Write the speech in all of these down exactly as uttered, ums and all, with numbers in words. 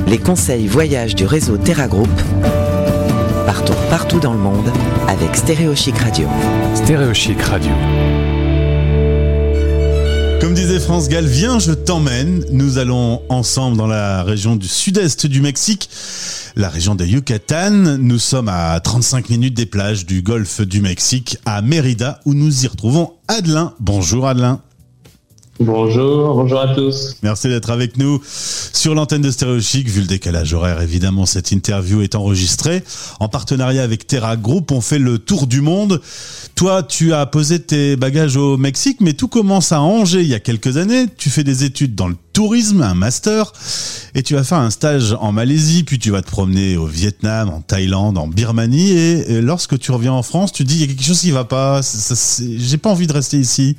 Les conseils voyage du réseau Terra Group. Partons partout dans le monde avec Stéréo Chic Radio. Stéréo Chic Radio. Comme disait France Gall, viens, je t'emmène. Nous allons ensemble dans la région du sud-est du Mexique, la région de Yucatan. Nous sommes à trente-cinq minutes des plages du golfe du Mexique, à Mérida, où nous y retrouvons Adelin. Bonjour Adelin. Bonjour, bonjour à tous. Merci d'être avec nous sur l'antenne de Stéréo Chic. Vu le décalage horaire, évidemment, cette interview est enregistrée en partenariat avec Terra Group. On fait le tour du monde. Toi, tu as posé tes bagages au Mexique, mais tout commence à Angers il y a quelques années. Tu fais des études dans le tourisme, un master, et tu vas faire un stage en Malaisie, puis tu vas te promener au Vietnam, en Thaïlande, en Birmanie, et, et lorsque tu reviens en France, tu te dis il y a quelque chose qui va pas, ça, c'est, j'ai pas envie de rester ici.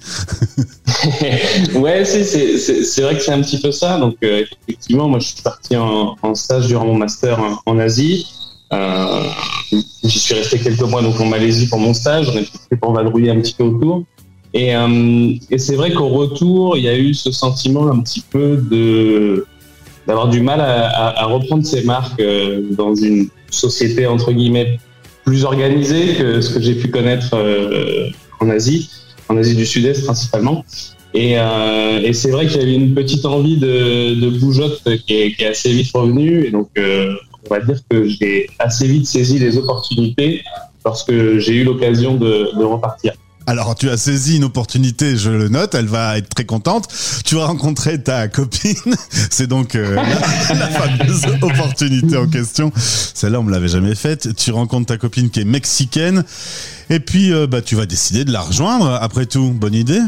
Ouais, c'est, c'est, c'est, c'est vrai que c'est un petit peu ça. Donc euh, effectivement, moi je suis parti en, en stage durant mon master en, en Asie. Euh, j'y suis resté quelques mois donc en Malaisie pour mon stage. On est fait pour vadrouiller un petit peu autour. Et, euh, et c'est vrai qu'au retour, il y a eu ce sentiment un petit peu de d'avoir du mal à, à, à reprendre ses marques euh, dans une société entre guillemets plus organisée que ce que j'ai pu connaître euh, en Asie, en Asie du Sud-Est principalement. Et, euh, et c'est vrai qu'il y a eu une petite envie de, de bougeotte qui est, qui est assez vite revenue. Et donc, euh, on va dire que j'ai assez vite saisi les opportunités lorsque j'ai eu l'occasion de, de repartir. Alors, tu as saisi une opportunité, je le note, elle va être très contente. Tu as rencontré ta copine, c'est donc euh, la, la fameuse opportunité en question. Celle-là, on me l'avait jamais faite. Tu rencontres ta copine qui est mexicaine, et puis euh, bah, tu vas décider de la rejoindre. Après tout, bonne idée?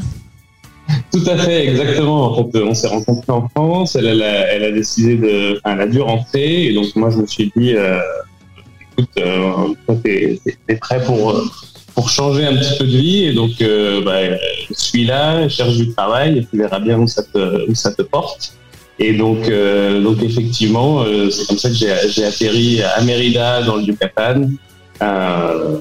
Tout à fait, exactement. En fait, on s'est rencontrés en France. Elle, elle, a, elle a décidé de, enfin, elle a dû rentrer, et donc moi, je me suis dit, euh, écoute, euh, toi, t'es, t'es prêt pour pour changer un petit peu de vie, et donc euh, bah, je suis là, je cherche du travail, et tu verras bien où ça te où ça te porte. Et donc euh, donc effectivement, euh, c'est comme ça que j'ai j'ai atterri à Mérida dans le Yucatan. Euh,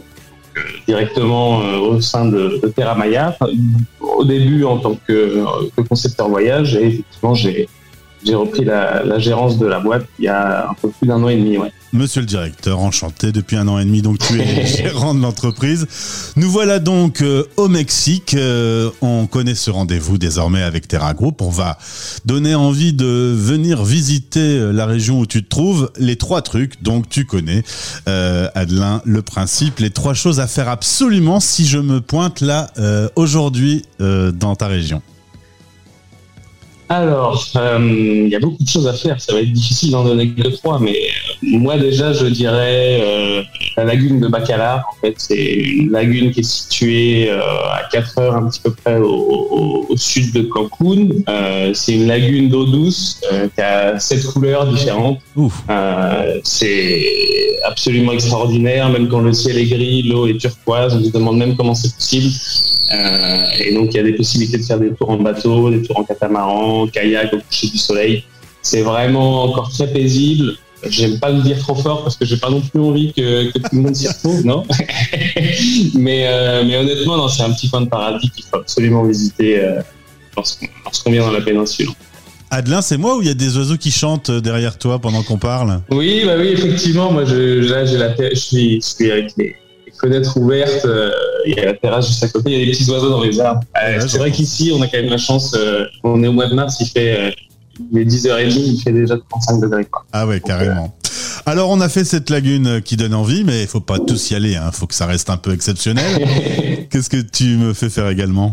directement euh, au sein de, de Terra Maya, enfin, au début en tant que, que concepteur voyage, et effectivement j'ai, j'ai repris la, la gérance de la boîte il y a un peu plus d'un an et demi. Ouais. Monsieur le directeur, enchanté, depuis un an et demi, donc tu es gérant de l'entreprise. Nous voilà donc euh, au Mexique. Euh, on connaît ce rendez-vous désormais avec Terra Group. On va donner envie de venir visiter la région où tu te trouves. Les trois trucs, donc tu connais, euh, Adelin, le principe, les trois choses à faire absolument si je me pointe là euh, aujourd'hui euh, dans ta région. Alors, euh, il y a beaucoup de choses à faire. Ça va être difficile d'en donner que trois, mais euh, moi déjà, je dirais euh, la lagune de Bacalar. En fait, c'est une lagune qui est située euh, à quatre heures un petit peu près au, au, au sud de Cancun. Euh, c'est une lagune d'eau douce euh, qui a sept couleurs différentes. Euh, c'est absolument extraordinaire. Même quand le ciel est gris, l'eau est turquoise. On se demande même comment c'est possible. Euh, et donc, il y a des possibilités de faire des tours en bateau, des tours en catamaran, kayak au coucher du soleil. C'est vraiment encore très paisible. J'aime pas le dire trop fort parce que j'ai pas non plus envie que, que tout le monde s'y retrouve, non. mais, euh, mais honnêtement, non, c'est un petit coin de paradis qu'il faut absolument visiter euh, lorsqu'on, lorsqu'on vient dans la péninsule. Adelin, c'est moi ou il y a des oiseaux qui chantent derrière toi pendant qu'on parle? Oui, bah oui, effectivement. Moi, je, là, j'ai la, je suis, je suis avec les fenêtres ouvertes, euh, il y a la terrasse juste à côté, il y a des petits oiseaux dans les arbres. Euh, ouais, c'est vrai qu'ici, on a quand même la chance, euh, on est au mois de mars, il fait euh, il est dix heures trente, il fait déjà trente-cinq degrés. Quoi. Ah ouais, donc, carrément. Euh... Alors, on a fait cette lagune qui donne envie, mais il faut pas tous y aller, hein. Faut que ça reste un peu exceptionnel. Qu'est-ce que tu me fais faire également?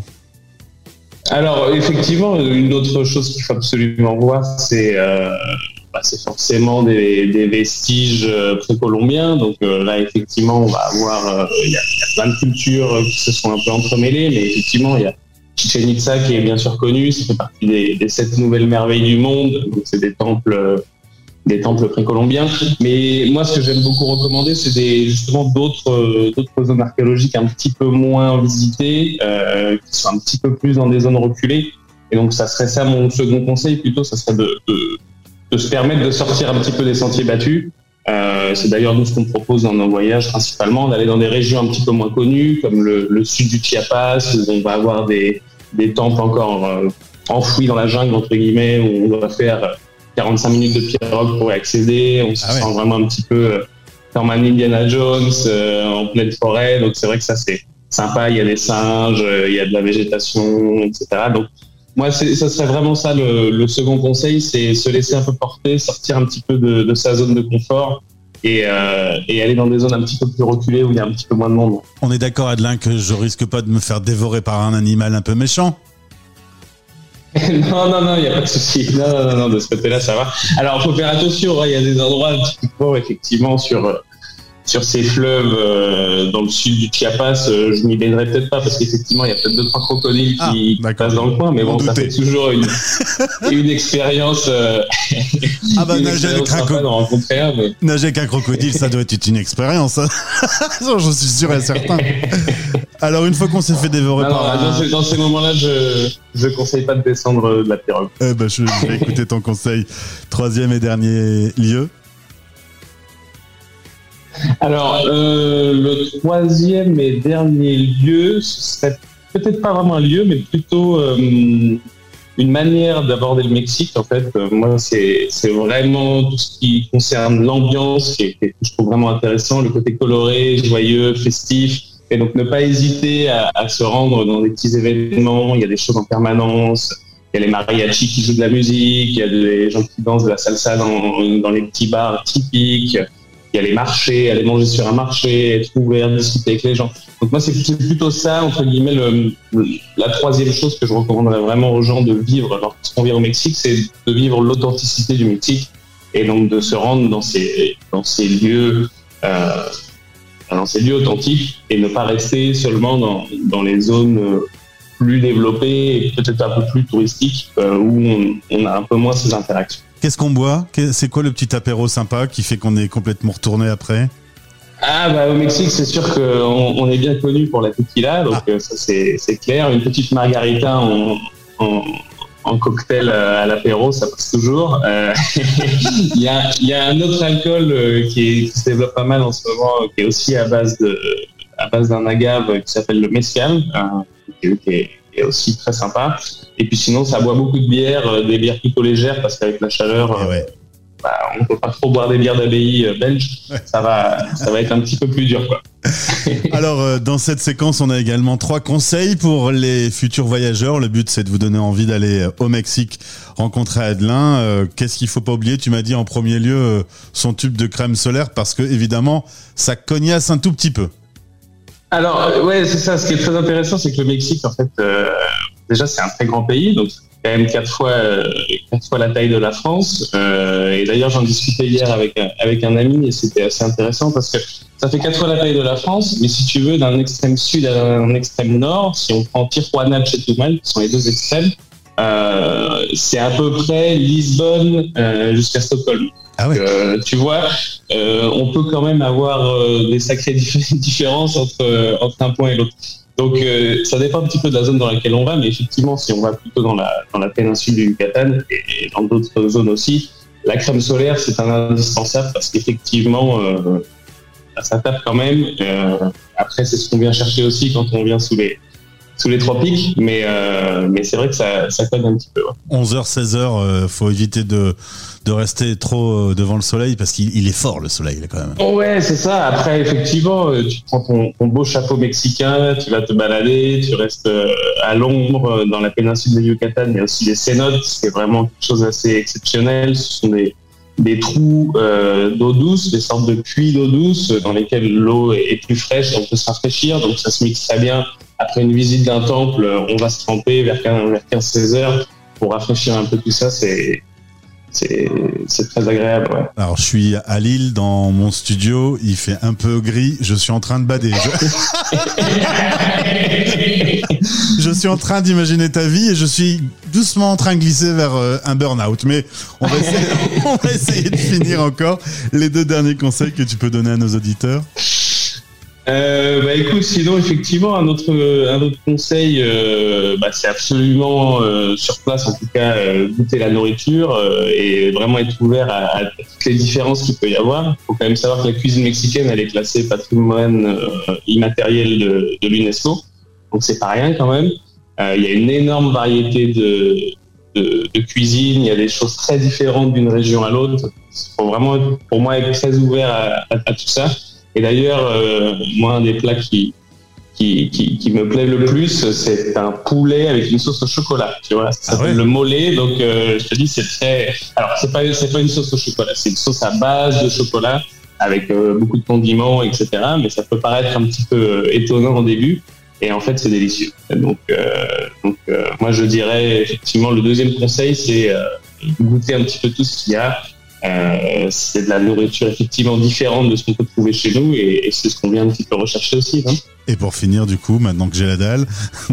Alors, effectivement, une autre chose qu'il faut absolument voir, c'est... Euh, Bah, c'est forcément des, des vestiges euh, précolombiens. Donc euh, là, effectivement, on va avoir... Il euh, y, y a plein de cultures qui se sont un peu entremêlées, mais effectivement, il y a Chichen Itza qui est bien sûr connu. Ça fait partie des, des sept nouvelles merveilles du monde. Donc c'est des temples, des temples précolombiens. Mais moi, ce que j'aime beaucoup recommander, c'est des, justement d'autres, d'autres zones archéologiques un petit peu moins visitées, euh, qui sont un petit peu plus dans des zones reculées. Et donc, ça serait ça mon second conseil, plutôt, ça serait de... de de se permettre de sortir un petit peu des sentiers battus. Euh, c'est d'ailleurs nous ce qu'on propose dans nos voyages principalement, d'aller dans des régions un petit peu moins connues, comme le, le sud du Chiapas, où on va avoir des, des temples encore euh, enfouis dans la jungle, entre guillemets, où on doit faire quarante-cinq minutes de pirogue pour y accéder. On se ah ouais. sent vraiment un petit peu comme un Indiana Jones euh, en pleine forêt. Donc c'est vrai que ça c'est sympa. Il y a des singes, euh, il y a de la végétation, et cetera. Donc moi, c'est, ça serait vraiment ça le, le second conseil, c'est se laisser un peu porter, sortir un petit peu de, de sa zone de confort et, euh, et aller dans des zones un petit peu plus reculées où il y a un petit peu moins de monde. On est d'accord, Adelin, que je risque pas de me faire dévorer par un animal un peu méchant? Non, non, non, il n'y a pas de souci. Non, non, non, non, de ce côté-là, ça va. Alors, il faut faire attention, il y a des endroits, typiquement, effectivement, sur... Sur ces fleuves euh, dans le sud du Chiapas, euh, je m'y baignerai peut-être pas parce qu'effectivement il y a peut-être deux trois crocodiles ah, qui passent dans le coin, mais bon, ça fait toujours une, une expérience. Euh, ah bah nager avec un crocodile, mais... nager avec un crocodile, ça doit être une expérience. Hein. Je suis sûr et certain. Alors une fois qu'on s'est fait dévorer non, par non, un... dans, dans ces moments-là, je je conseille pas de descendre de la pirogue. Eh ben je, je vais écouter ton conseil. Troisième et dernier lieu. Alors, euh, le troisième et dernier lieu, ce serait peut-être pas vraiment un lieu, mais plutôt euh, une manière d'aborder le Mexique. En fait, euh, moi, c'est, c'est vraiment tout ce qui concerne l'ambiance, qui est, que je trouve vraiment intéressant, le côté coloré, joyeux, festif. Et donc, ne pas hésiter à, à se rendre dans des petits événements. Il y a des choses en permanence. Il y a les mariachis qui jouent de la musique. Il y a des gens qui dansent de la salsa dans, dans les petits bars typiques. Il y a les marchés, aller manger sur un marché, être ouvert, discuter avec les gens. Donc moi, c'est plutôt ça, entre guillemets, le, le, la troisième chose que je recommanderais vraiment aux gens de vivre lorsqu'on vient au Mexique, c'est de vivre l'authenticité du Mexique et donc de se rendre dans ces, dans ces lieux, euh, dans ces lieux authentiques et ne pas rester seulement dans, dans les zones plus développées et peut-être un peu plus touristiques euh, où on, on a un peu moins ces interactions. Qu'est-ce qu'on boit ? C'est quoi le petit apéro sympa qui fait qu'on est complètement retourné après ? Ah bah au Mexique, c'est sûr qu'on on est bien connu pour la tequila, donc ah. ça c'est, c'est clair. Une petite margarita en, en, en cocktail à l'apéro, ça passe toujours. Euh, il y, a, il y a un autre alcool qui, est, qui se développe pas mal en ce moment, qui est aussi à base, de, à base d'un agave qui s'appelle le mezcal, euh, qui, est, qui est est aussi très sympa. Et puis sinon, ça boit beaucoup de bières, euh, des bières plutôt légères, parce qu'avec la chaleur, euh, ouais. bah, on ne peut pas trop boire des bières d'abbaye euh, belges. Ouais. Ça va, ça va être un petit peu plus dur, quoi. Alors, euh, dans cette séquence, on a également trois conseils pour les futurs voyageurs. Le but, c'est de vous donner envie d'aller au Mexique rencontrer Adelin. Euh, qu'est-ce qu'il ne faut pas oublier ? Tu m'as dit en premier lieu euh, son tube de crème solaire, parce que évidemment, ça cognasse un tout petit peu. Alors, ouais, c'est ça. Ce qui est très intéressant, c'est que le Mexique, en fait, euh, déjà, c'est un très grand pays, donc c'est quand même quatre fois, euh, quatre fois la taille de la France. Euh, et d'ailleurs, j'en discutais hier avec un, avec un ami, et c'était assez intéressant parce que ça fait quatre fois la taille de la France, mais si tu veux, d'un extrême sud à un extrême nord, si on prend Tijuana et Chetumal, qui sont les deux extrêmes, euh, c'est à peu près Lisbonne euh, jusqu'à Stockholm. Ah ouais. euh, tu vois, euh, on peut quand même avoir euh, des sacrées dif- différences entre, euh, entre un point et l'autre. Donc, euh, ça dépend un petit peu de la zone dans laquelle on va, mais effectivement, si on va plutôt dans la, dans la péninsule du Yucatan et, et dans d'autres zones aussi, la crème solaire, c'est un indispensable parce qu'effectivement, euh, ça tape quand même. Euh, après, c'est ce qu'on vient chercher aussi quand on vient sous les, sous les tropiques, mais, euh, mais c'est vrai que ça, ça colle un petit peu. Ouais. onze heures, seize heures, euh, faut éviter de, de rester trop devant le soleil parce qu'il il est fort le soleil là, quand même. Ouais, c'est ça. Après, effectivement, tu prends ton, ton beau chapeau mexicain, tu vas te balader, tu restes à l'ombre dans la péninsule du Yucatan. Il y a aussi les cénotes, c'est vraiment quelque chose d'assez exceptionnel. Ce sont des, des trous euh, d'eau douce, des sortes de puits d'eau douce dans lesquels l'eau est plus fraîche et on peut se rafraîchir. Donc ça se mixe très bien. Après une visite d'un temple, on va se tremper vers quinze seize heures pour rafraîchir un peu tout ça. C'est, c'est, c'est très agréable. Ouais. Alors, je suis à Lille dans mon studio. Il fait un peu gris. Je suis en train de bader. Je, je suis en train d'imaginer ta vie et je suis doucement en train de glisser vers euh, un burn-out. Mais on va, essayer, on va essayer de finir encore les deux derniers conseils que tu peux donner à nos auditeurs. Euh, bah écoute, sinon effectivement un autre un autre conseil, euh, bah, c'est absolument euh, sur place en tout cas euh, goûter la nourriture euh, et vraiment être ouvert à, à toutes les différences qu'il peut y avoir. Il faut quand même savoir que la cuisine mexicaine elle est classée patrimoine euh, immatériel de, de l'UNESCO, donc c'est pas rien quand même. Euh, il y a une énorme variété de de, de cuisine, il y a des choses très différentes d'une région à l'autre. Il faut vraiment, pour moi, être très ouvert à, à, à tout ça. Et d'ailleurs, euh, moi, un des plats qui, qui, qui, qui me plaît le plus, c'est un poulet avec une sauce au chocolat. Tu vois, ça s'appelle ah ouais. le mollet. Donc, euh, je te dis, c'est très. Alors, c'est pas, c'est pas une sauce au chocolat, c'est une sauce à base de chocolat avec euh, beaucoup de condiments, et cetera. Mais ça peut paraître un petit peu euh, étonnant au début. Et en fait, c'est délicieux. Donc, euh, donc euh, moi, je dirais effectivement, le deuxième conseil, c'est euh, goûter un petit peu tout ce qu'il y a. Euh, c'est de la nourriture effectivement différente de ce qu'on peut trouver chez nous, et, et c'est ce qu'on vient un petit peu rechercher aussi. Hein. Et pour finir, du coup, maintenant que j'ai la dalle.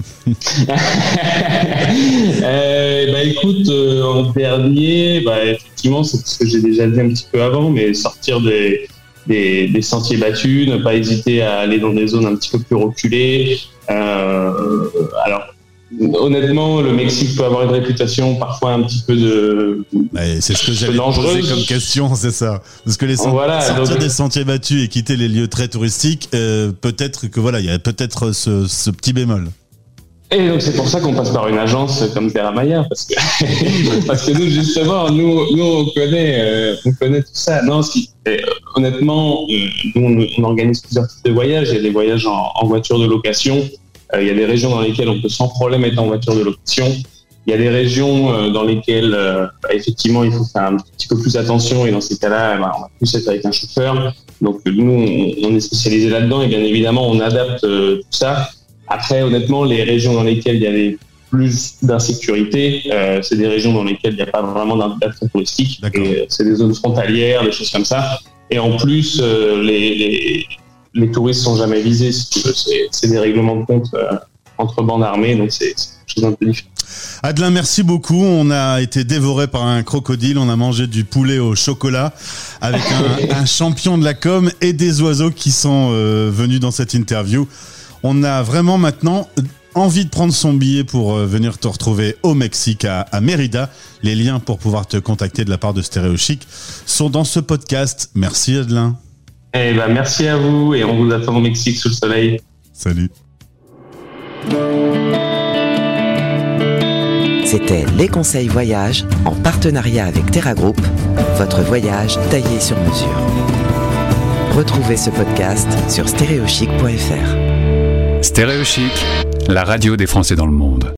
euh, bah, écoute, euh, en dernier, bah, effectivement, c'est ce que j'ai déjà dit un petit peu avant, mais sortir des Des, des sentiers battus, ne pas hésiter à aller dans des zones un petit peu plus reculées. Euh, alors, honnêtement, le Mexique peut avoir une réputation parfois un petit peu de ouais, c'est ce que j'allais poser comme question, c'est ça. Parce que les sent- voilà, sortir donc... des sentiers battus et quitter les lieux très touristiques, euh, peut-être que voilà, il y a peut-être ce, ce petit bémol. Et donc c'est pour ça qu'on passe par une agence comme Terra Maya, parce que parce que nous justement nous nous on connaît euh, on connaît tout ça. Non, si, et, euh, honnêtement, euh, nous on, on organise plusieurs types de voyages. Il y a des voyages en, en voiture de location. Euh, il y a des régions dans lesquelles on peut sans problème être en voiture de location. Il y a des régions euh, dans lesquelles euh, bah, effectivement il faut faire un petit peu plus attention, et dans ces cas-là, bah, on va plus être avec un chauffeur. Donc nous on, on est spécialisé là-dedans, et bien évidemment on adapte euh, tout ça. Après, honnêtement, les régions dans lesquelles il y avait plus d'insécurité, euh, c'est des régions dans lesquelles il n'y a pas vraiment d'attrait touristique. Et c'est des zones frontalières, des choses comme ça. Et en plus, euh, les, les, les touristes sont jamais visés. Si tu veux. C'est, c'est des règlements de compte euh, entre bandes armées, donc c'est, c'est quelque chose d'un peu différent. Adelin, merci beaucoup. On a été dévoré par un crocodile. On a mangé du poulet au chocolat avec un, un champion de la com et des oiseaux qui sont euh, venus dans cette interview. On a vraiment maintenant envie de prendre son billet pour venir te retrouver au Mexique, à, à Mérida. Les liens pour pouvoir te contacter de la part de Stéréo Chic sont dans ce podcast. Merci Adelin. Eh ben, merci à vous, et on vous attend au Mexique sous le soleil. Salut. C'était Les Conseils Voyage en partenariat avec Terra Group, votre voyage taillé sur mesure. Retrouvez ce podcast sur stéréo chic point f r. Stéréo Chic, la radio des Français dans le monde.